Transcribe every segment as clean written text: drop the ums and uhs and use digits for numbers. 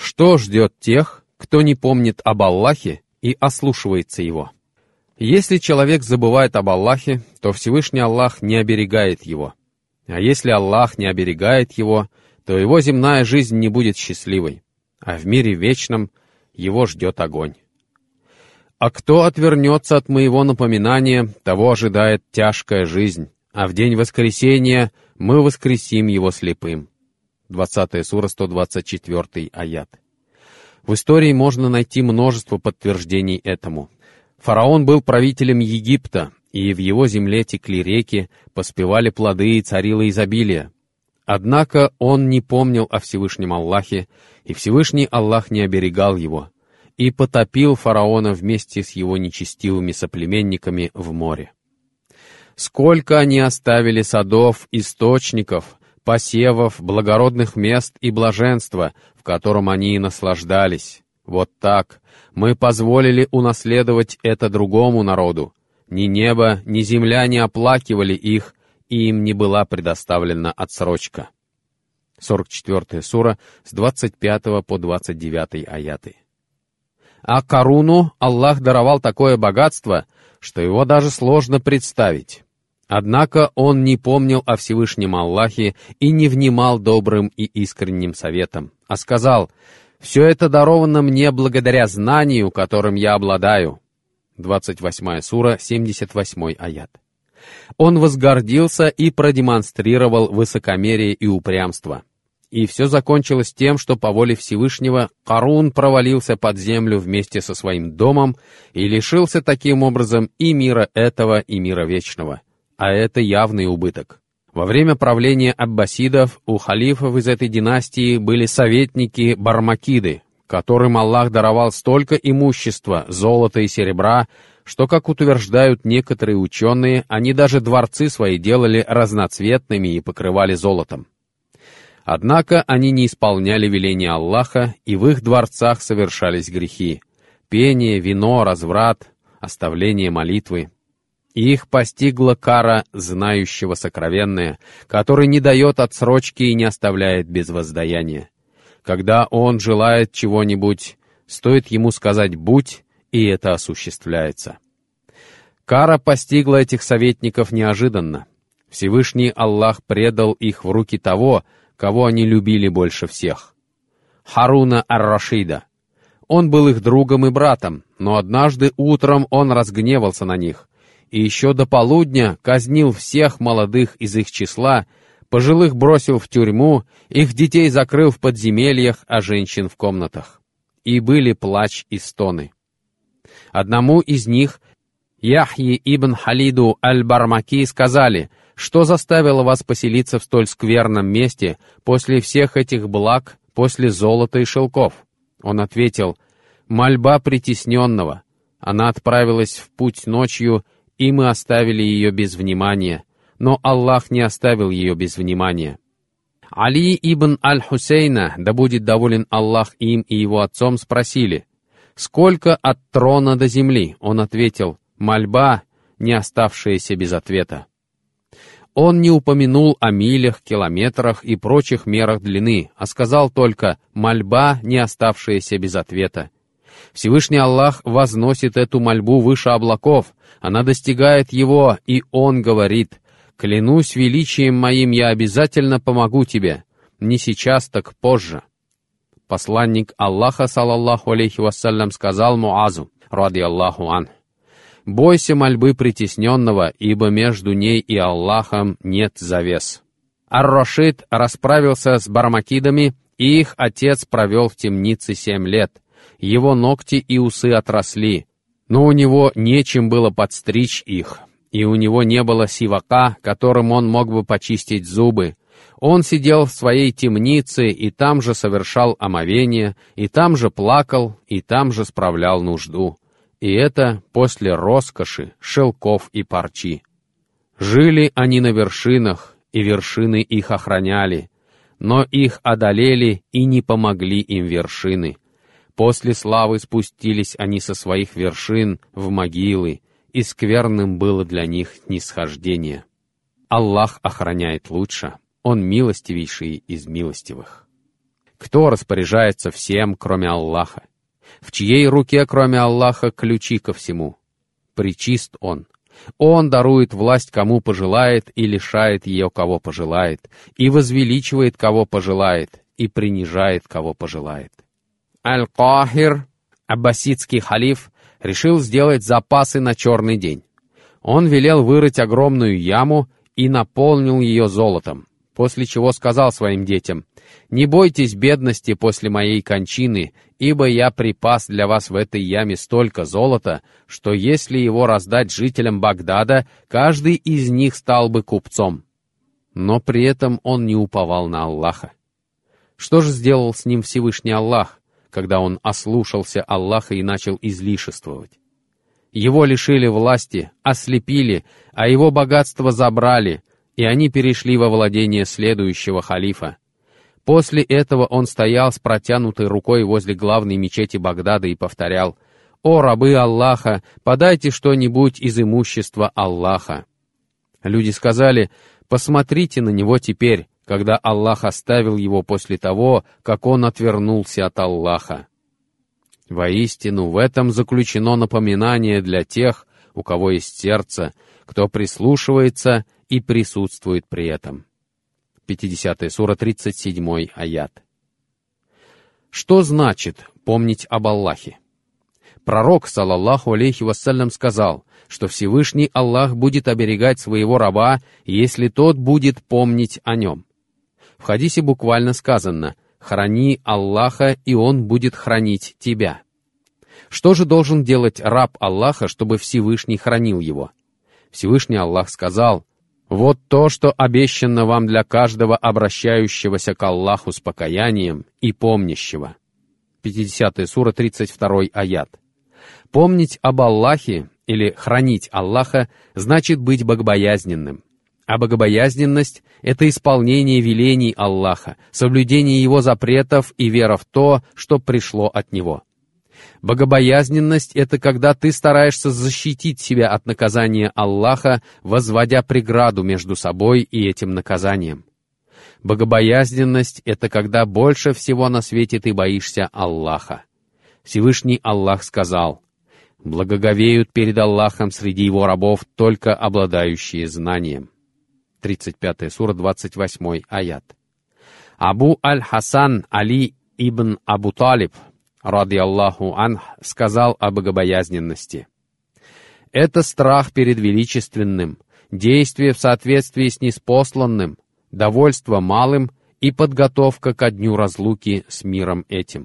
Что ждет тех, кто не помнит об Аллахе и ослушивается Его? Если человек забывает об Аллахе, то Всевышний Аллах не оберегает его. А если Аллах не оберегает его, то его земная жизнь не будет счастливой, а в мире вечном его ждет огонь. А кто отвернется от моего напоминания, того ожидает тяжкая жизнь, а в день воскресения мы воскресим его слепым. 20 сура, 124 аят. В истории можно найти множество подтверждений этому. Фараон был правителем Египта, и в его земле текли реки, поспевали плоды и царило изобилие. Однако он не помнил о Всевышнем Аллахе, и Всевышний Аллах не оберегал его, и потопил фараона вместе с его нечестивыми соплеменниками в море. Сколько они оставили садов, источников, посевов, благородных мест и блаженства, в котором они и наслаждались. Вот так мы позволили унаследовать это другому народу. Ни небо, ни земля не оплакивали их, и им не была предоставлена отсрочка. 44 сура, с 25 по 29 аяты. А Каруну Аллах даровал такое богатство, что его даже сложно представить. Однако он не помнил о Всевышнем Аллахе и не внимал добрым и искренним советам, а сказал: «Все это даровано мне благодаря знанию, которым я обладаю». 28 сура, 78 аят. Он возгордился и продемонстрировал высокомерие и упрямство. И все закончилось тем, что по воле Всевышнего Карун провалился под землю вместе со своим домом и лишился таким образом и мира этого, и мира вечного. А это явный убыток. Во время правления аббасидов у халифов из этой династии были советники-бармакиды, которым Аллах даровал столько имущества, золота и серебра, что, как утверждают некоторые ученые, они даже дворцы свои делали разноцветными и покрывали золотом. Однако они не исполняли веления Аллаха, и в их дворцах совершались грехи: пение, вино, разврат, оставление молитвы. И их постигла кара знающего сокровенное, который не дает отсрочки и не оставляет без воздаяния. Когда он желает чего-нибудь, стоит ему сказать «будь», и это осуществляется. Кара постигла этих советников неожиданно. Всевышний Аллах предал их в руки того, кого они любили больше всех — Харуна ар-Рашида. Он был их другом и братом, но однажды утром он разгневался на них, и еще до полудня казнил всех молодых из их числа, пожилых бросил в тюрьму, их детей закрыл в подземельях, а женщин в комнатах. И были плач и стоны. Одному из них, Яхьи ибн Халиду аль-Бармаки, сказали: «Что заставило вас поселиться в столь скверном месте после всех этих благ, после золота и шелков?» Он ответил: «Мольба притесненного. Она отправилась в путь ночью, и мы оставили ее без внимания, но Аллах не оставил ее без внимания». Али ибн аль-Хусейна, да будет доволен Аллах им и его отцом, спросили: «Сколько от трона до земли?» Он ответил: «Мольба, не оставшаяся без ответа». Он не упомянул о милях, километрах и прочих мерах длины, а сказал только: «Мольба, не оставшаяся без ответа». Всевышний Аллах возносит эту мольбу выше облаков, она достигает его, и он говорит: «Клянусь величием моим, я обязательно помогу тебе, не сейчас, так позже». Посланник Аллаха, саллаллаху алейхи вассалям, сказал Муазу, ради Аллаху ан: «Бойся мольбы притесненного, ибо между ней и Аллахом нет завес». Ар-Рашид расправился с бармакидами, и их отец провел в темнице 7 лет. Его ногти и усы отросли, но у него нечем было подстричь их, и у него не было сивака, которым он мог бы почистить зубы. Он сидел в своей темнице, и там же совершал омовение, и там же плакал, и там же справлял нужду. И это после роскоши, шелков и парчи. Жили они на вершинах, и вершины их охраняли, но их одолели и не помогли им вершины. После славы спустились они со своих вершин в могилы, и скверным было для них нисхождение. Аллах охраняет лучше, Он милостивейший из милостивых. Кто распоряжается всем, кроме Аллаха? В чьей руке, кроме Аллаха, ключи ко всему? Пречист Он. Он дарует власть, кому пожелает, и лишает ее, кого пожелает, и возвеличивает, кого пожелает, и принижает, кого пожелает. Аль-Кахир, аббасидский халиф, решил сделать запасы на черный день. Он велел вырыть огромную яму и наполнил ее золотом, после чего сказал своим детям: «Не бойтесь бедности после моей кончины, ибо я припас для вас в этой яме столько золота, что если его раздать жителям Багдада, каждый из них стал бы купцом». Но при этом он не уповал на Аллаха. Что же сделал с ним Всевышний Аллах, когда он ослушался Аллаха и начал излишествовать? Его лишили власти, ослепили, а его богатство забрали, и они перешли во владение следующего халифа. После этого он стоял с протянутой рукой возле главной мечети Багдада и повторял: «О рабы Аллаха, подайте что-нибудь из имущества Аллаха». Люди сказали: «Посмотрите на него теперь, когда Аллах оставил его после того, как он отвернулся от Аллаха». Воистину, в этом заключено напоминание для тех, у кого есть сердце, кто прислушивается и присутствует при этом. 50 сура, 37 аят. Что значит помнить об Аллахе? Пророк, саллаллаху алейхи вассалям, сказал, что Всевышний Аллах будет оберегать своего раба, если тот будет помнить о нем. В хадисе буквально сказано: «Храни Аллаха, и Он будет хранить тебя». Что же должен делать раб Аллаха, чтобы Всевышний хранил его? Всевышний Аллах сказал: «Вот то, что обещано вам для каждого обращающегося к Аллаху с покаянием и помнящего». 50 сура, 32 аят. Помнить об Аллахе или хранить Аллаха значит быть богобоязненным. А богобоязненность — это исполнение велений Аллаха, соблюдение Его запретов и вера в то, что пришло от Него. Богобоязненность — это когда ты стараешься защитить себя от наказания Аллаха, возводя преграду между собой и этим наказанием. Богобоязненность — это когда больше всего на свете ты боишься Аллаха. Всевышний Аллах сказал: «Благоговеют перед Аллахом среди Его рабов только обладающие знанием». 35 сура, 28 аят. Абу аль-Хасан Али ибн Абу Талиб, ради Аллаху анх, сказал о богобоязненности: «Это страх перед величественным, действие в соответствии с ниспосланным, довольство малым и подготовка ко дню разлуки с миром этим».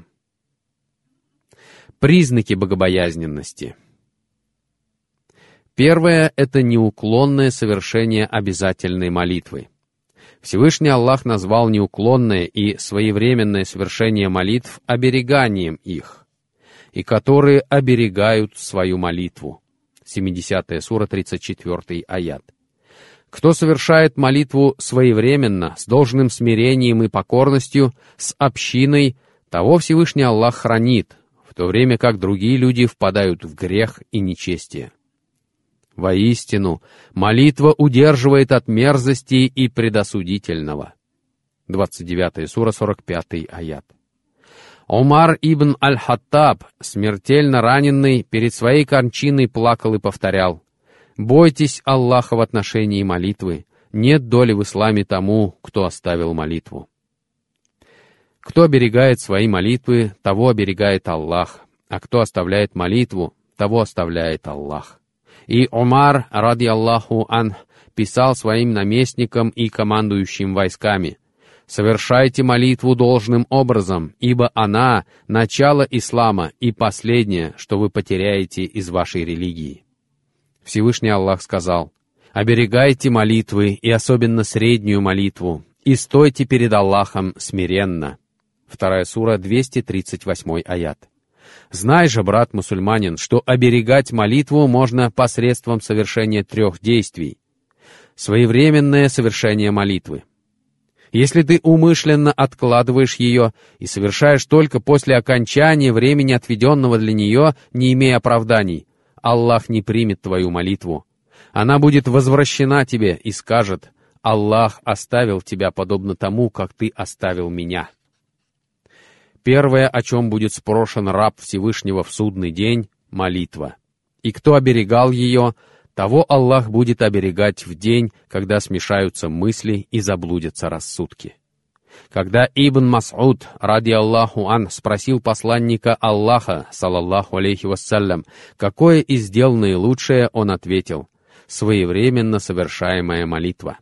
Признаки богобоязненности. Первое — это неуклонное совершение обязательной молитвы. Всевышний Аллах назвал неуклонное и своевременное совершение молитв обереганием их, и которые оберегают свою молитву. 70 сура, 34 аят. Кто совершает молитву своевременно, с должным смирением и покорностью, с общиной, того Всевышний Аллах хранит, в то время как другие люди впадают в грех и нечестие. Воистину, молитва удерживает от мерзости и предосудительного. 29 сура, 45 аят. Умар ибн аль-Хаттаб, смертельно раненный, перед своей кончиной плакал и повторял: «Бойтесь Аллаха в отношении молитвы, нет доли в исламе тому, кто оставил молитву». Кто оберегает свои молитвы, того оберегает Аллах, а кто оставляет молитву, того оставляет Аллах. И Умар, ради Аллаху анх, писал своим наместникам и командующим войсками: «Совершайте молитву должным образом, ибо она — начало ислама и последнее, что вы потеряете из вашей религии». Всевышний Аллах сказал: «Оберегайте молитвы, и особенно среднюю молитву, и стойте перед Аллахом смиренно». 2 сура, 238 аят. Знай же, брат-мусульманин, что оберегать молитву можно посредством совершения 3 действий. Своевременное совершение молитвы. Если ты умышленно откладываешь ее и совершаешь только после окончания времени, отведенного для нее, не имея оправданий, Аллах не примет твою молитву. Она будет возвращена тебе и скажет: «Аллах оставил тебя подобно тому, как ты оставил меня». Первое, о чем будет спрошен раб Всевышнего в судный день — молитва. И кто оберегал ее, того Аллах будет оберегать в день, когда смешаются мысли и заблудятся рассудки. Когда Ибн Мас'уд, ради Аллаху ан, спросил посланника Аллаха, салаллаху алейхи вассалям, какое из дел наилучшее, он ответил: своевременно совершаемая молитва.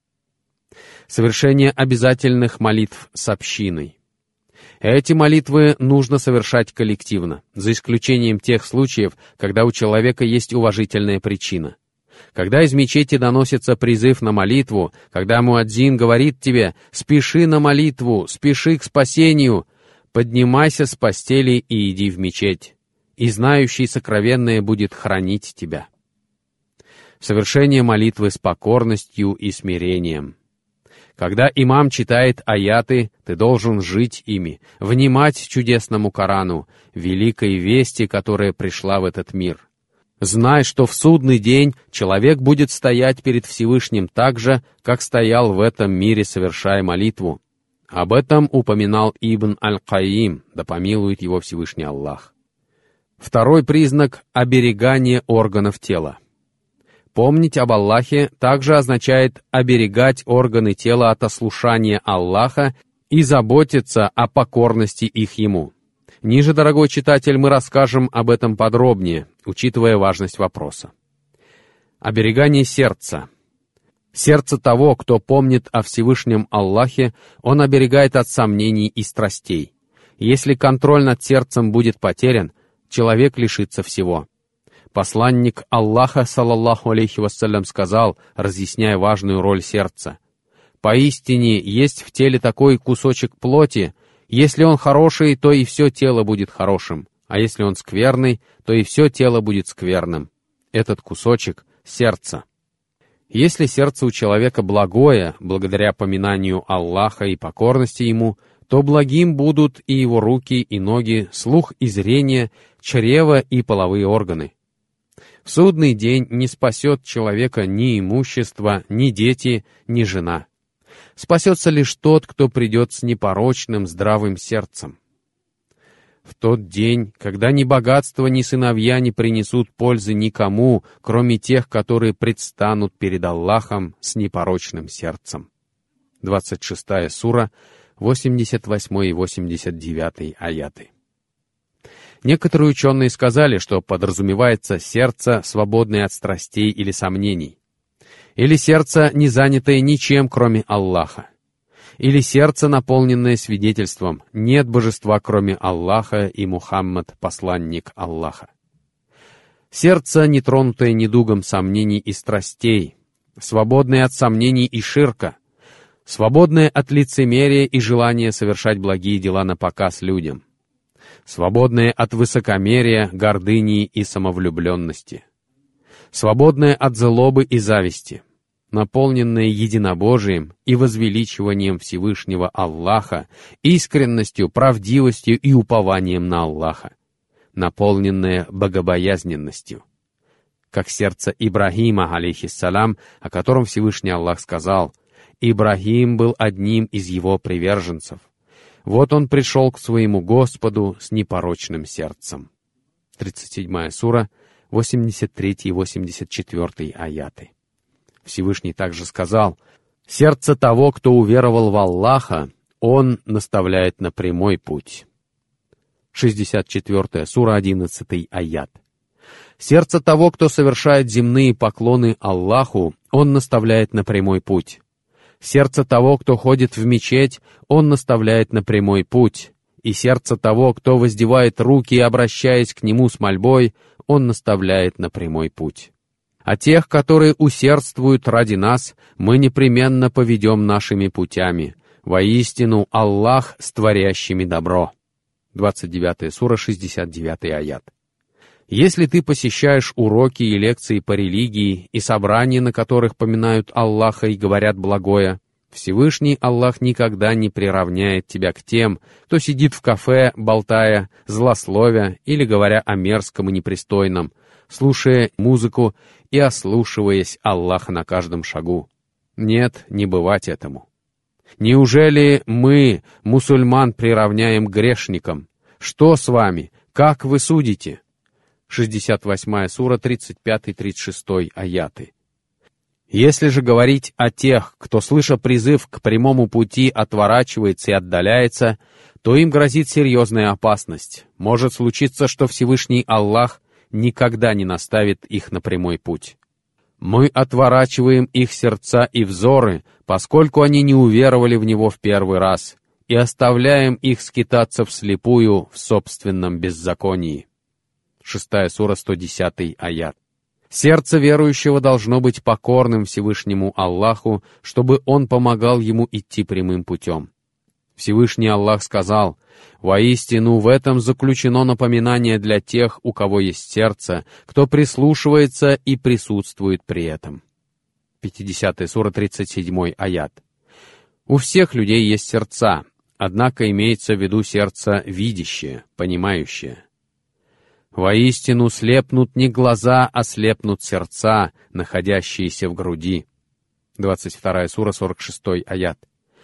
Совершение обязательных молитв с общиной. Эти молитвы нужно совершать коллективно, за исключением тех случаев, когда у человека есть уважительная причина. Когда из мечети доносится призыв на молитву, когда муадзин говорит тебе «спеши на молитву, спеши к спасению», поднимайся с постели и иди в мечеть, и знающий сокровенное будет хранить тебя. Совершение молитвы с покорностью и смирением. Когда имам читает аяты, ты должен жить ими, внимать чудесному Корану, великой вести, которая пришла в этот мир. Знай, что в судный день человек будет стоять перед Всевышним так же, как стоял в этом мире, совершая молитву. Об этом упоминал Ибн Аль-Каим, да помилует его Всевышний Аллах. Второй признак — оберегание органов тела. Помнить об Аллахе также означает оберегать органы тела от ослушания Аллаха и заботиться о покорности их Ему. Ниже, дорогой читатель, мы расскажем об этом подробнее, учитывая важность вопроса. Оберегание сердца. Сердце того, кто помнит о Всевышнем Аллахе, он оберегает от сомнений и страстей. Если контроль над сердцем будет потерян, человек лишится всего. Посланник Аллаха, салаллаху алейхи вассалям, сказал, разъясняя важную роль сердца: «Поистине есть в теле такой кусочек плоти, если он хороший, то и все тело будет хорошим, а если он скверный, то и все тело будет скверным. Этот кусочек — сердце». Если сердце у человека благое, благодаря поминанию Аллаха и покорности Ему, то благим будут и его руки и ноги, слух и зрение, чрево и половые органы. В судный день не спасет человека ни имущество, ни дети, ни жена. Спасется лишь тот, кто придет с непорочным, здравым сердцем. В тот день, когда ни богатство, ни сыновья не принесут пользы никому, кроме тех, которые предстанут перед Аллахом с непорочным сердцем. 26 сура, 88 и 89 аяты. Некоторые ученые сказали, что подразумевается сердце, свободное от страстей или сомнений, или сердце, не занятое ничем, кроме Аллаха, или сердце, наполненное свидетельством «нет божества, кроме Аллаха, и Мухаммад — посланник Аллаха». Сердце, не тронутое недугом сомнений и страстей, свободное от сомнений и ширка, свободное от лицемерия и желания совершать благие дела на показ людям, свободное от высокомерия, гордыни и самовлюбленности, свободное от злобы и зависти, наполненное единобожием и возвеличиванием Всевышнего Аллаха, искренностью, правдивостью и упованием на Аллаха, наполненное богобоязненностью, как сердце Ибрахима, алейхиссалям, о котором Всевышний Аллах сказал: «Ибрахим был одним из его приверженцев. Вот он пришел к своему Господу с непорочным сердцем». 37 сура, 83 и 84 аяты. Всевышний также сказал: «Сердце того, кто уверовал в Аллаха, он наставляет на прямой путь». 64 сура, 11 аят. «Сердце того, кто совершает земные поклоны Аллаху, он наставляет на прямой путь. Сердце того, кто ходит в мечеть, он наставляет на прямой путь. И сердце того, кто воздевает руки, обращаясь к нему с мольбой, он наставляет на прямой путь. А тех, которые усердствуют ради нас, мы непременно поведем нашими путями. Воистину, Аллах с творящими добро». 29 сура, 69 аят. Если ты посещаешь уроки и лекции по религии и собрания, на которых поминают Аллаха и говорят благое, Всевышний Аллах никогда не приравняет тебя к тем, кто сидит в кафе, болтая, злословя или говоря о мерзком и непристойном, слушая музыку и ослушиваясь Аллаха на каждом шагу. Нет, не бывать этому. Неужели мы, мусульман, приравняем к грешникам? Что с вами? Как вы судите?» 68 сура, 35-36 аяты. Если же говорить о тех, кто, слыша призыв к прямому пути, отворачивается и отдаляется, то им грозит серьезная опасность. Может случиться, что Всевышний Аллах никогда не наставит их на прямой путь. Мы отворачиваем их сердца и взоры, поскольку они не уверовали в Него в первый раз, и оставляем их скитаться вслепую в собственном беззаконии. 6 сура, 110 аят. Сердце верующего должно быть покорным Всевышнему Аллаху, чтобы Он помогал ему идти прямым путем. Всевышний Аллах сказал: «Воистину в этом заключено напоминание для тех, у кого есть сердце, кто прислушивается и присутствует при этом». 50 сура, 37 аят. У всех людей есть сердца, однако имеется в виду сердце видящее, понимающее. «Воистину слепнут не глаза, а слепнут сердца, находящиеся в груди». 22 сура, 46 аят.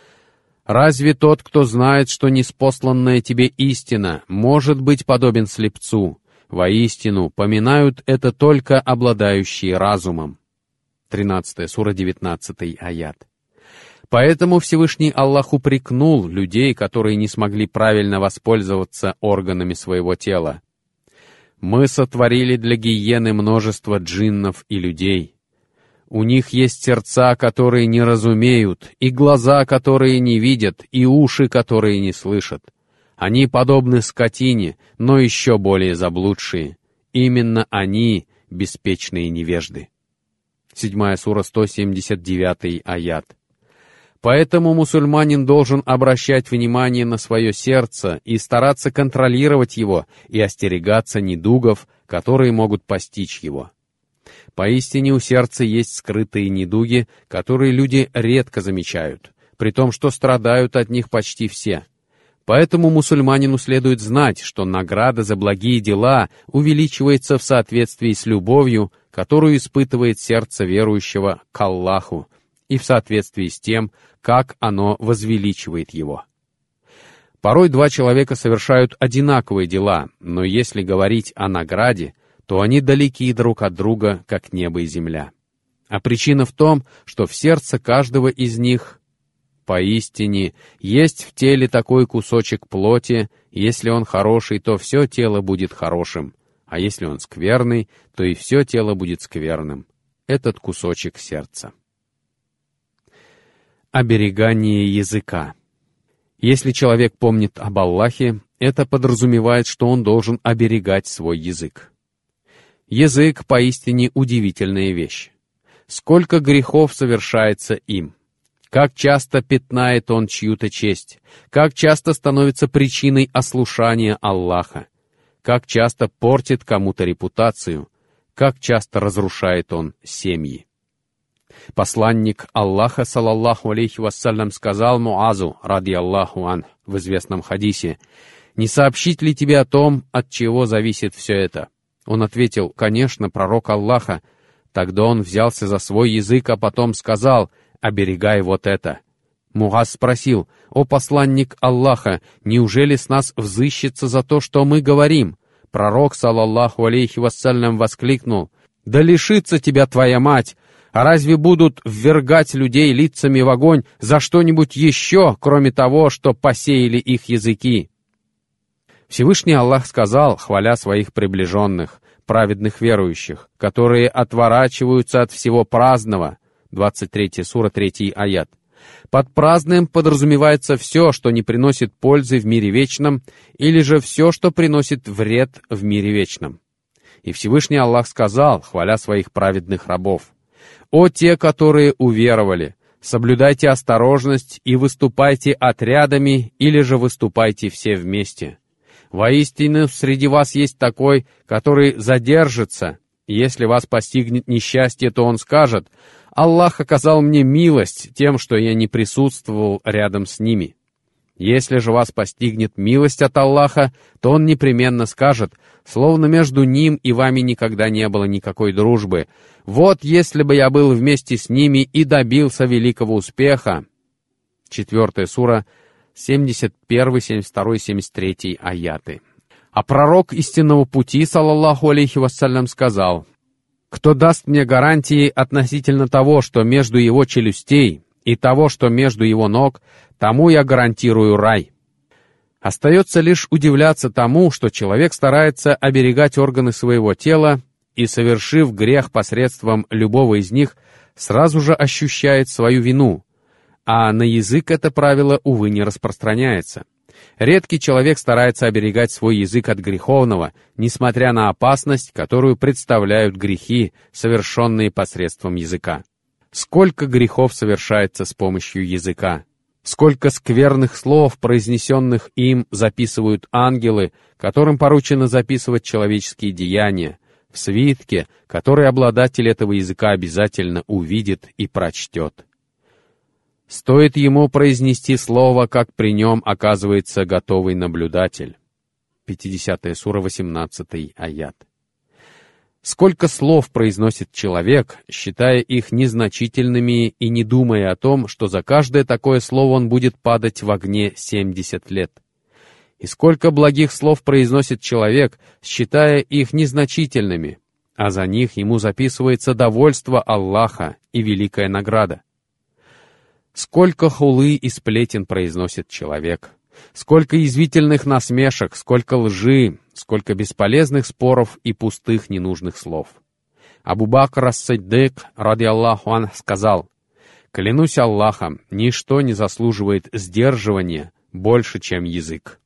«Разве тот, кто знает, что ниспосланная тебе истина, может быть подобен слепцу? Воистину, поминают это только обладающие разумом». 13 сура, 19 аят. Поэтому Всевышний Аллах упрекнул людей, которые не смогли правильно воспользоваться органами своего тела. «Мы сотворили для гиены множество джиннов и людей. У них есть сердца, которые не разумеют, и глаза, которые не видят, и уши, которые не слышат. Они подобны скотине, но еще более заблудшие. Именно они — беспечные невежды». 7 сура, 179 аят. Поэтому мусульманин должен обращать внимание на свое сердце и стараться контролировать его и остерегаться недугов, которые могут постичь его. Поистине у сердца есть скрытые недуги, которые люди редко замечают, при том, что страдают от них почти все. Поэтому мусульманину следует знать, что награда за благие дела увеличивается в соответствии с любовью, которую испытывает сердце верующего к Аллаху, и в соответствии с тем, как оно возвеличивает его. Порой два человека совершают одинаковые дела, но если говорить о награде, то они далеки друг от друга, как небо и земля. А причина в том, что в сердце каждого из них поистине есть в теле такой кусочек плоти, если он хороший, то все тело будет хорошим, а если он скверный, то и все тело будет скверным. Этот кусочек сердца. Оберегание языка. Если человек помнит об Аллахе, это подразумевает, что он должен оберегать свой язык. Язык поистине удивительная вещь. Сколько грехов совершается им. Как часто пятнает он чью-то честь. Как часто становится причиной ослушания Аллаха. Как часто портит кому-то репутацию. Как часто разрушает он семьи. Посланник Аллаха, салаллаху алейхи вассалям, сказал Муазу, ради Аллаху ан, в известном хадисе: «Не сообщить ли тебе о том, от чего зависит все это?» Он ответил: «Конечно, пророк Аллаха». Тогда он взялся за свой язык, а потом сказал: «Оберегай вот это». Муаз спросил: «О посланник Аллаха, неужели с нас взыщется за то, что мы говорим?» Пророк, салаллаху алейхи вассалям, воскликнул: «Да лишится тебя твоя мать! А разве будут ввергать людей лицами в огонь за что-нибудь еще, кроме того, что посеяли их языки?» Всевышний Аллах сказал, хваля своих приближенных, праведных верующих, которые отворачиваются от всего праздного, 23 сура, 3 аят. Под праздным подразумевается все, что не приносит пользы в мире вечном, или же все, что приносит вред в мире вечном. И Всевышний Аллах сказал, хваля своих праведных рабов: «О те, которые уверовали, соблюдайте осторожность и выступайте отрядами, или же выступайте все вместе. Воистину, среди вас есть такой, который задержится, и если вас постигнет несчастье, то он скажет: Аллах оказал мне милость тем, что я не присутствовал рядом с ними. Если же вас постигнет милость от Аллаха, то он непременно скажет, словно между ним и вами никогда не было никакой дружбы: вот если бы я был вместе с ними и добился великого успеха». 4 сура, 71, 72, 73 аяты. А пророк истинного пути, саллаллаху алейхи вассалям, сказал: «Кто даст мне гарантии относительно того, что между его челюстей, и того, что между его ног, тому я гарантирую рай». Остается лишь удивляться тому, что человек старается оберегать органы своего тела и, совершив грех посредством любого из них, сразу же ощущает свою вину, а на язык это правило, увы, не распространяется. Редкий человек старается оберегать свой язык от греховного, несмотря на опасность, которую представляют грехи, совершенные посредством языка. Сколько грехов совершается с помощью языка! Сколько скверных слов, произнесенных им, записывают ангелы, которым поручено записывать человеческие деяния, в свитке, который обладатель этого языка обязательно увидит и прочтет. Стоит ему произнести слово, как при нем оказывается готовый наблюдатель. 50 сура, 18 аят. Сколько слов произносит человек, считая их незначительными и не думая о том, что за каждое такое слово он будет падать в огне 70 лет. И сколько благих слов произносит человек, считая их незначительными, а за них ему записывается довольство Аллаха и великая награда. Сколько хулы и сплетен произносит человек, сколько язвительных насмешек, сколько лжи, сколько бесполезных споров и пустых ненужных слов. Абу Бакр ас-Сиддик, ради Аллаху анх, сказал: «Клянусь Аллахом, ничто не заслуживает сдерживания больше, чем язык.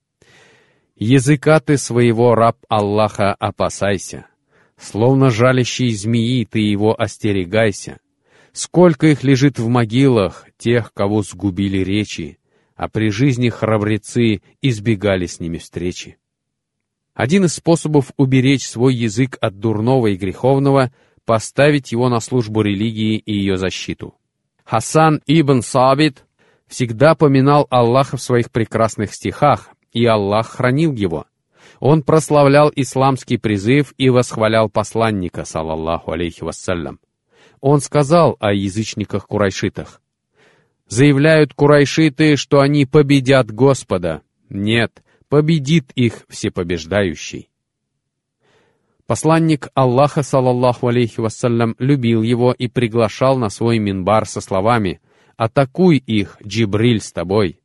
Языка ты своего, раб Аллаха, опасайся. Словно жалящей змеи ты его остерегайся. Сколько их лежит в могилах, тех, кого сгубили речи, а при жизни храбрецы избегали с ними встречи». Один из способов уберечь свой язык от дурного и греховного — поставить его на службу религии и ее защиту. Хасан ибн Сабит всегда поминал Аллаха в своих прекрасных стихах, и Аллах хранил его. Он прославлял исламский призыв и восхвалял посланника, саллаллаху алейхи вассалям. Он сказал о язычниках-курайшитах: «Заявляют курайшиты, что они победят Господа. Нет, победит их всепобеждающий». Посланник Аллаха, саллаллаху алейхи вассалям, любил его и приглашал на свой минбар со словами: «Атакуй их, Джибриль с тобой».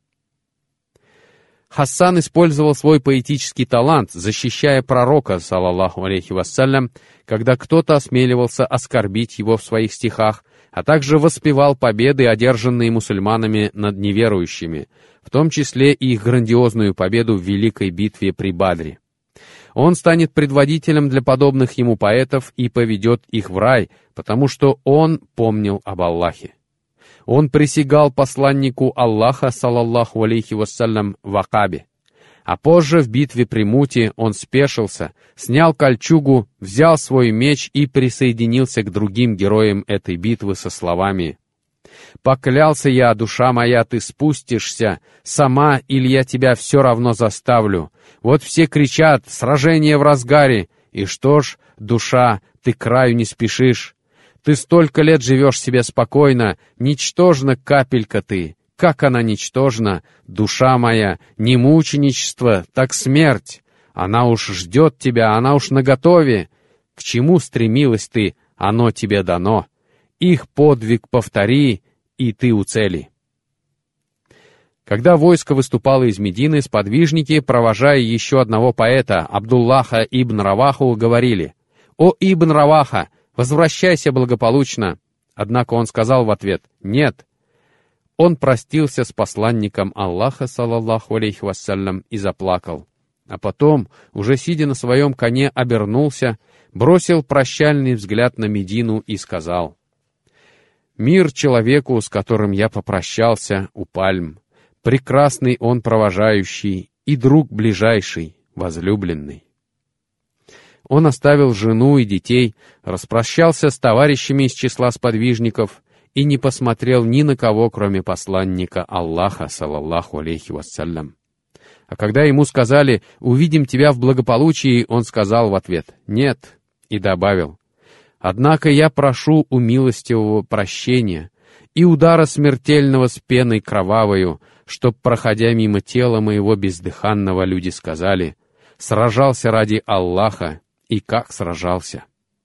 Хасан использовал свой поэтический талант, защищая пророка, саллаллаху алейхи вассалям, когда кто-то осмеливался оскорбить его в своих стихах, а также воспевал победы, одержанные мусульманами над неверующими, в том числе и их грандиозную победу в великой битве при Бадре. Он станет предводителем для подобных ему поэтов и поведет их в рай, потому что он помнил об Аллахе. Он присягал посланнику Аллаха, саллаллаху алейхи вассалям, в Акабе. А позже в битве при Муте он спешился, снял кольчугу, взял свой меч и присоединился к другим героям этой битвы со словами: «Поклялся я, душа моя, ты спустишься сама, или я тебя все равно заставлю. Вот все кричат: сражение в разгаре, и что ж, душа, ты к краю не спешишь. Ты столько лет живешь себе спокойно, ничтожна капелька ты. Как она ничтожна, душа моя, не мученичество, так смерть. Она уж ждет тебя, она уж наготове. К чему стремилась ты, оно тебе дано. Их подвиг повтори, и ты у цели». Когда войско выступало из Медины, сподвижники, провожая еще одного поэта, Абдуллаха ибн Раваху, говорили: «О ибн Раваха, возвращайся благополучно». Однако он сказал в ответ: «Нет». Он простился с посланником Аллаха, саллаллаху алейхи вассалям, и заплакал. А потом, уже сидя на своем коне, обернулся, бросил прощальный взгляд на Медину и сказал: «Мир человеку, с которым я попрощался у пальм. Прекрасный он провожающий и друг ближайший, возлюбленный». Он оставил жену и детей, распрощался с товарищами из числа сподвижников и не посмотрел ни на кого, кроме посланника Аллаха, саллаллаху алейхи вассалям. А когда ему сказали: «Увидим тебя в благополучии», он сказал в ответ: «Нет», и добавил: «Однако я прошу у милостивого прощения, и удара смертельного с пеной кровавою, чтоб, проходя мимо тела моего бездыханного, люди сказали: сражался ради Аллаха, и как сражался.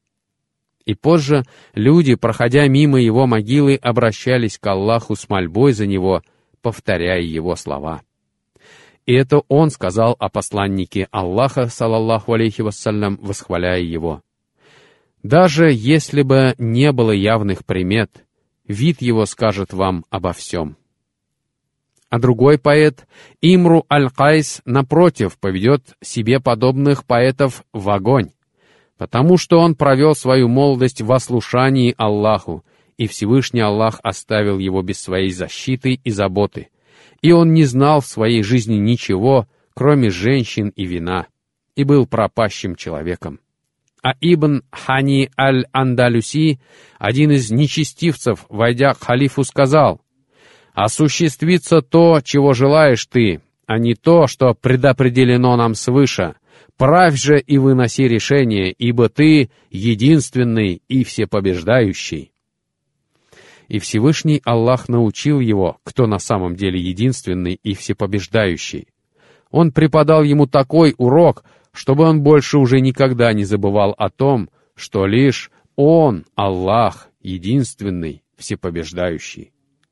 И позже люди, проходя мимо его могилы, обращались к Аллаху с мольбой за него, повторяя его слова. И это он сказал о посланнике Аллаха, салаллаху алейхи вассалям, восхваляя его: «Даже если бы не было явных примет, вид его скажет вам обо всем». А другой поэт, Имру аль-Кайс, напротив, поведет себе подобных поэтов в огонь, потому что он провел свою молодость в ослушании Аллаху, и Всевышний Аллах оставил его без своей защиты и заботы, и он не знал в своей жизни ничего, кроме женщин и вина, и был пропащим человеком. А Ибн Хани аль-Андалюси, один из нечестивцев, войдя к халифу, сказал: «Осуществится то, чего желаешь ты, а не то, что предопределено нам свыше. Правь же и выноси решение, ибо ты единственный и всепобеждающий». И Всевышний Аллах научил его, кто на самом деле единственный и всепобеждающий. Он преподал ему такой урок, чтобы он больше уже никогда не забывал о том, что лишь Он, Аллах, единственный, всепобеждающий.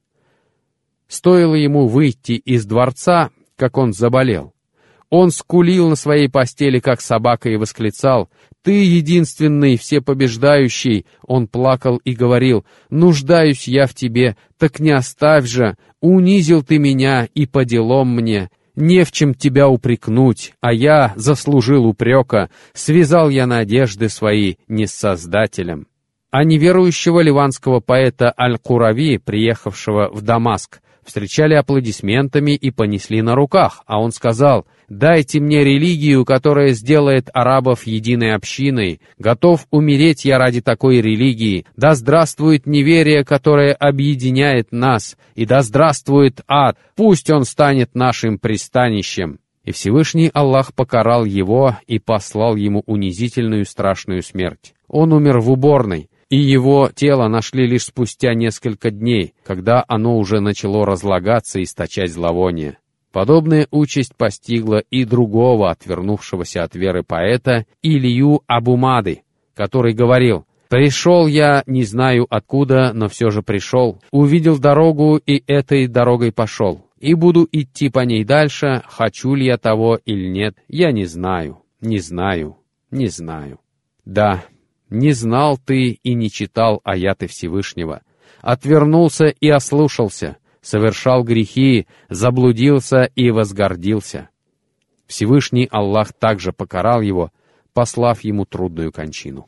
Стоило ему выйти из дворца, как он заболел. Он скулил на своей постели, как собака, и восклицал: «Ты единственный, всепобеждающий!» Он плакал и говорил: «Нуждаюсь я в тебе, так не оставь же! Унизил ты меня, и по делам мне! Не в чем тебя упрекнуть, а я заслужил упрека, связал я надежды свои не с Создателем». А неверующего ливанского поэта Аль-Курави, приехавшего в Дамаск, встречали аплодисментами и понесли на руках, а он сказал: «Дайте мне религию, которая сделает арабов единой общиной. Готов умереть я ради такой религии. Да здравствует неверие, которое объединяет нас, и да здравствует ад, пусть он станет нашим пристанищем». И Всевышний Аллах покарал его и послал ему унизительную страшную смерть. Он умер в уборной, и его тело нашли лишь спустя несколько дней, когда оно уже начало разлагаться и источать зловоние. Подобная участь постигла и другого отвернувшегося от веры поэта Илью Абумады, который говорил: «Пришел я, не знаю откуда, но все же пришел, увидел дорогу и этой дорогой пошел, и буду идти по ней дальше, хочу ли я того или нет, я не знаю, не знаю, не знаю». Да, не знал ты и не читал аяты Всевышнего, отвернулся и ослушался, совершал грехи, заблудился и возгордился. Всевышний Аллах также покарал его, послав ему трудную кончину.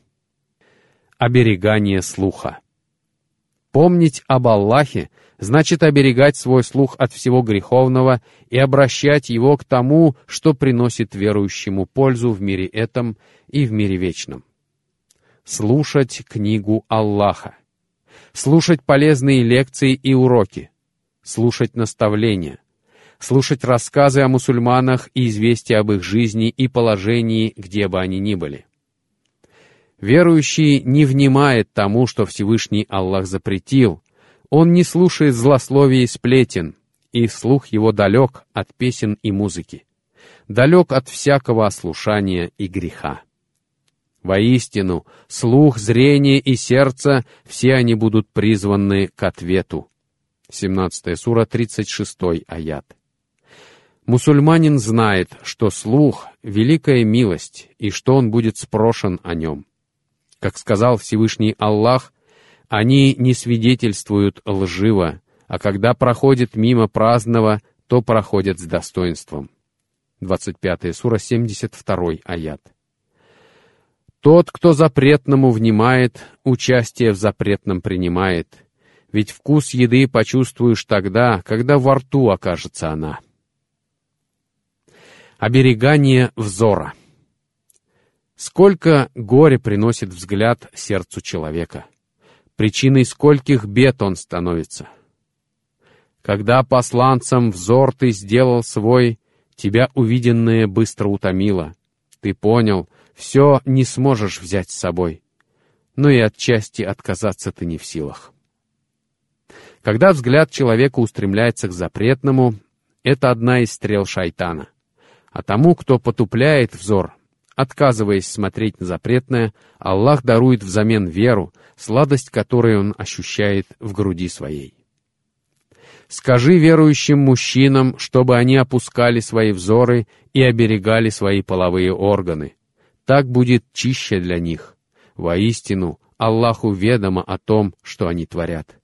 Оберегание слуха. Помнить об Аллахе значит оберегать свой слух от всего греховного и обращать его к тому, что приносит верующему пользу в мире этом и в мире вечном. Слушать книгу Аллаха, слушать полезные лекции и уроки, слушать наставления, слушать рассказы о мусульманах и известия об их жизни и положении, где бы они ни были. Верующий не внимает тому, что Всевышний Аллах запретил, он не слушает злословий и сплетен, и слух его далек от песен и музыки, далек от всякого ослушания и греха. Воистину, слух, зрение и сердце, все они будут призваны к ответу. 17 сура, 36 аят. Мусульманин знает, что слух — великая милость, и что он будет спрошен о нем. Как сказал Всевышний Аллах, они не свидетельствуют лживо, а когда проходят мимо праздного, то проходят с достоинством. 25 сура, 72 аят. Тот, кто запретному внимает, участие в запретном принимает, ведь вкус еды почувствуешь тогда, когда во рту окажется она. Оберегание взора. Сколько горя приносит взгляд сердцу человека, причиной скольких бед он становится. Когда посланцем взор ты сделал свой, тебя увиденное быстро утомило. Ты понял, все не сможешь взять с собой, но и отчасти отказаться ты не в силах. Когда взгляд человека устремляется к запретному, это одна из стрел шайтана. А тому, кто потупляет взор, отказываясь смотреть на запретное, Аллах дарует взамен веру, сладость которой он ощущает в груди своей. Скажи верующим мужчинам, чтобы они опускали свои взоры и оберегали свои половые органы. Так будет чище для них. Воистину, Аллаху ведомо о том, что они творят.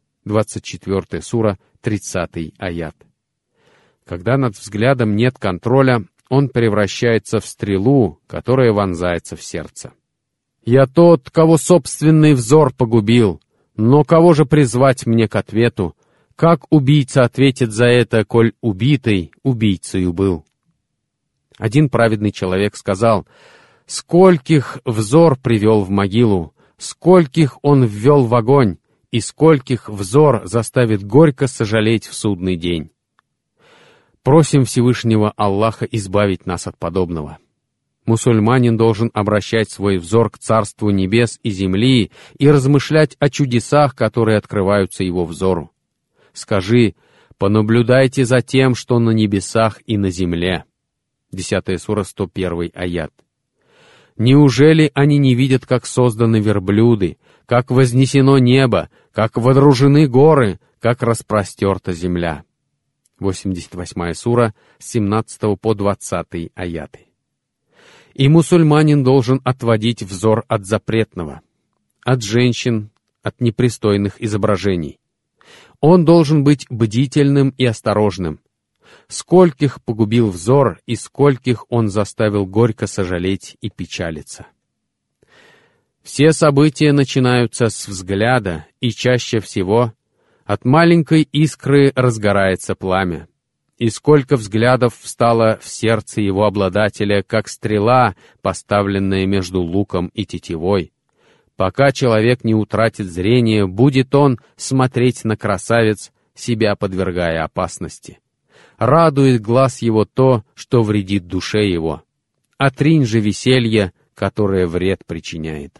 24 сура, 30 аят. Когда над взглядом нет контроля, он превращается в стрелу, которая вонзается в сердце. «Я тот, кого собственный взор погубил, но кого же призвать мне к ответу? Как убийца ответит за это, коль убитый убийцею был?» Один праведный человек сказал: «Скольких взор привел в могилу, скольких он ввел в огонь, и скольких взор заставит горько сожалеть в судный день». Просим Всевышнего Аллаха избавить нас от подобного. Мусульманин должен обращать свой взор к Царству небес и земли и размышлять о чудесах, которые открываются его взору. Скажи: «Понаблюдайте за тем, что на небесах и на земле». 10 сура, 101 аят. «Неужели они не видят, как созданы верблюды, как вознесено небо, как водружены горы, как распростерта земля?» 88 сура, с 17 по 20 аяты. И мусульманин должен отводить взор от запретного, от женщин, от непристойных изображений. Он должен быть бдительным и осторожным. Скольких погубил взор, и скольких он заставил горько сожалеть и печалиться. Все события начинаются с взгляда, и чаще всего от маленькой искры разгорается пламя. И сколько взглядов встало в сердце его обладателя, как стрела, поставленная между луком и тетивой. Пока человек не утратит зрение, будет он смотреть на красавиц, себя подвергая опасности. Радует глаз его то, что вредит душе его. Отринь же веселье, которое вред причиняет.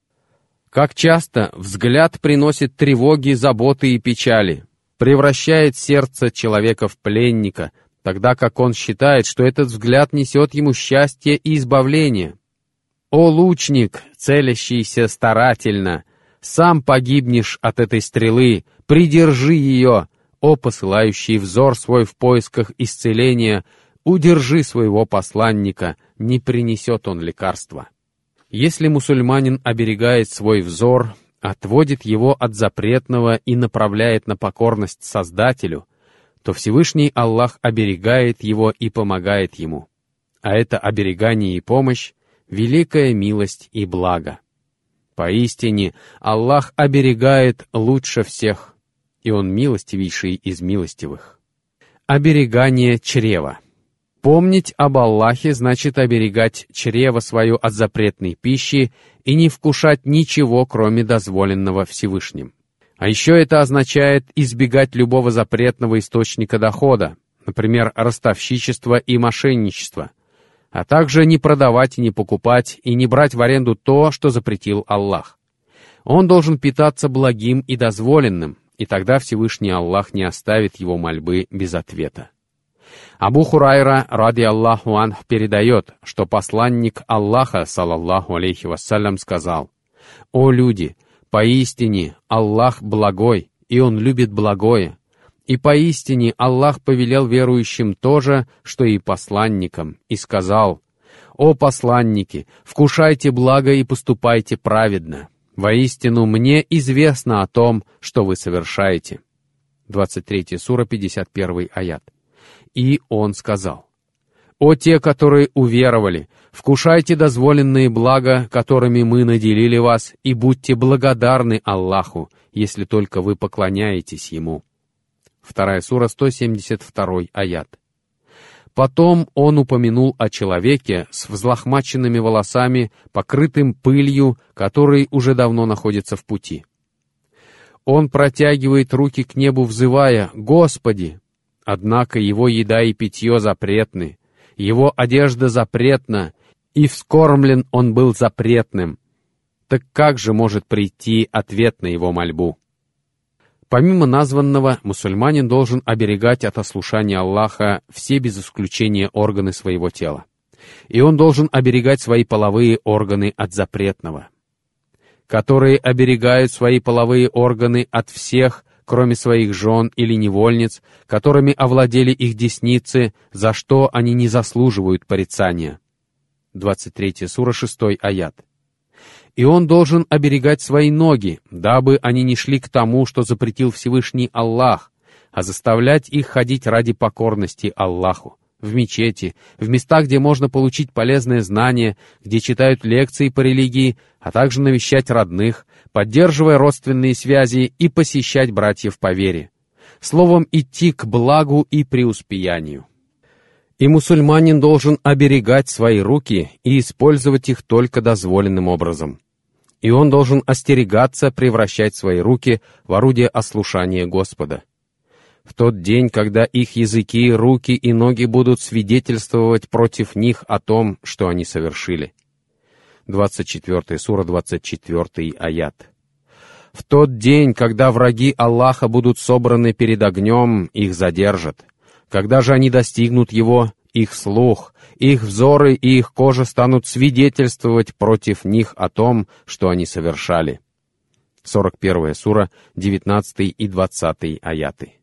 Как часто взгляд приносит тревоги, заботы и печали, превращает сердце человека в пленника, тогда как он считает, что этот взгляд несет ему счастье и избавление. О лучник, целящийся старательно, сам погибнешь от этой стрелы, придержи ее. О посылающий взор свой в поисках исцеления, удержи своего посланника, не принесет он лекарства. Если мусульманин оберегает свой взор, отводит его от запретного и направляет на покорность Создателю, то Всевышний Аллах оберегает его и помогает ему. А это оберегание и помощь — великая милость и благо. Поистине, Аллах оберегает лучше всех, и Он милостивейший из милостивых. Оберегание чрева. Помнить об Аллахе значит оберегать чрево свое от запретной пищи и не вкушать ничего, кроме дозволенного Всевышним. А еще это означает избегать любого запретного источника дохода, например, ростовщичества и мошенничества, а также не продавать и не покупать и не брать в аренду то, что запретил Аллах. Он должен питаться благим и дозволенным, и тогда Всевышний Аллах не оставит его мольбы без ответа. Абу Хурайра, ради Аллаху анх, передает, что посланник Аллаха, салаллаху алейхи вассалям, сказал: «О люди, поистине Аллах благой, и Он любит благое, и поистине Аллах повелел верующим то же, что и посланникам, и сказал: О посланники, вкушайте благо и поступайте праведно. Воистину, мне известно о том, что вы совершаете». 23 сура, 51 аят. И он сказал: «О те, которые уверовали, вкушайте дозволенные блага, которыми мы наделили вас, и будьте благодарны Аллаху, если только вы поклоняетесь Ему». 2 сура, 172 аят. Потом он упомянул о человеке с взлохмаченными волосами, покрытым пылью, который уже давно находится в пути. Он протягивает руки к небу, взывая: «Господи!» Однако его еда и питье запретны, его одежда запретна, и вскормлен он был запретным. Так как же может прийти ответ на его мольбу? Помимо названного, мусульманин должен оберегать от ослушания Аллаха все без исключения органы своего тела. И он должен оберегать свои половые органы от запретного, которые оберегают свои половые органы от всех, кроме своих жен или невольниц, которыми овладели их десницы, за что они не заслуживают порицания. 23 сура, 6 аят. И он должен оберегать свои ноги, дабы они не шли к тому, что запретил Всевышний Аллах, а заставлять их ходить ради покорности Аллаху, в мечети, в местах, где можно получить полезные знания, где читают лекции по религии, а также навещать родных, поддерживая родственные связи и посещать братьев по вере. Словом, идти к благу и преуспеянию. И мусульманин должен оберегать свои руки и использовать их только дозволенным образом. И он должен остерегаться превращать свои руки в орудие ослушания Господа. В тот день, когда их языки, руки и ноги будут свидетельствовать против них о том, что они совершили. 24 сура, 24 аят. В тот день, когда враги Аллаха будут собраны перед огнем, их задержат. Когда же они достигнут его, их слух, их взоры и их кожа станут свидетельствовать против них о том, что они совершали. 41 сура, 19 и 20 аяты.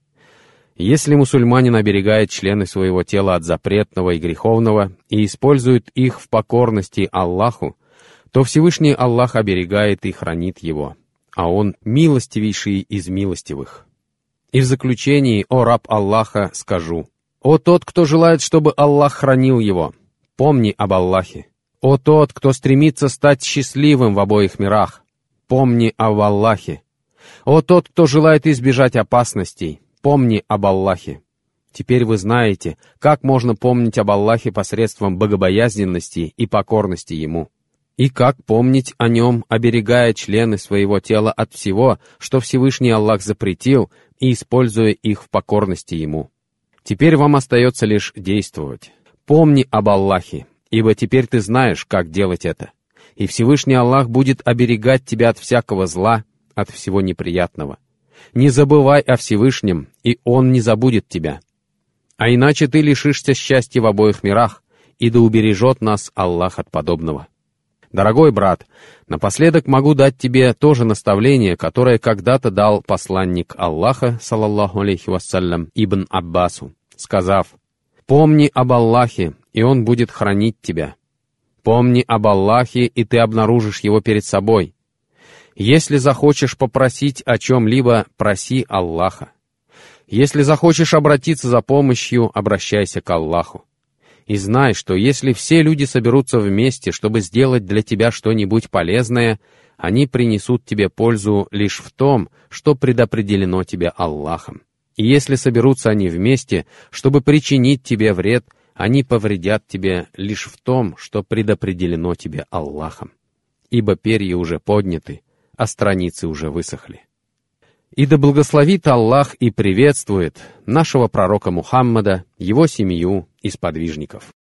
Если мусульманин оберегает члены своего тела от запретного и греховного и использует их в покорности Аллаху, то Всевышний Аллах оберегает и хранит его, а Он милостивейший из милостивых. И в заключении, о раб Аллаха, скажу: «О тот, кто желает, чтобы Аллах хранил его, помни об Аллахе. О тот, кто стремится стать счастливым в обоих мирах, помни об Аллахе. О тот, кто желает избежать опасностей, помни об Аллахе». Теперь вы знаете, как можно помнить об Аллахе посредством богобоязненности и покорности Ему, и как помнить о Нем, оберегая члены своего тела от всего, что Всевышний Аллах запретил, и используя их в покорности Ему. Теперь вам остается лишь действовать. Помни об Аллахе, ибо теперь ты знаешь, как делать это. И Всевышний Аллах будет оберегать тебя от всякого зла, от всего неприятного. Не забывай о Всевышнем, и Он не забудет тебя. А иначе ты лишишься счастья в обоих мирах, и да убережет нас Аллах от подобного. Дорогой брат, напоследок могу дать тебе то же наставление, которое когда-то дал посланник Аллаха, саллаллаху алейхи вассалям, Ибн Аббасу, сказав: «Помни об Аллахе, и Он будет хранить тебя. Помни об Аллахе, и ты обнаружишь Его перед собой. Если захочешь попросить о чем-либо, проси Аллаха. Если захочешь обратиться за помощью, обращайся к Аллаху. И знай, что если все люди соберутся вместе, чтобы сделать для тебя что-нибудь полезное, они принесут тебе пользу лишь в том, что предопределено тебе Аллахом. И если соберутся они вместе, чтобы причинить тебе вред, они повредят тебе лишь в том, что предопределено тебе Аллахом. Ибо перья уже подняты, а страницы уже высохли. И да благословит Аллах и приветствует нашего пророка Мухаммада, его семью и сподвижников.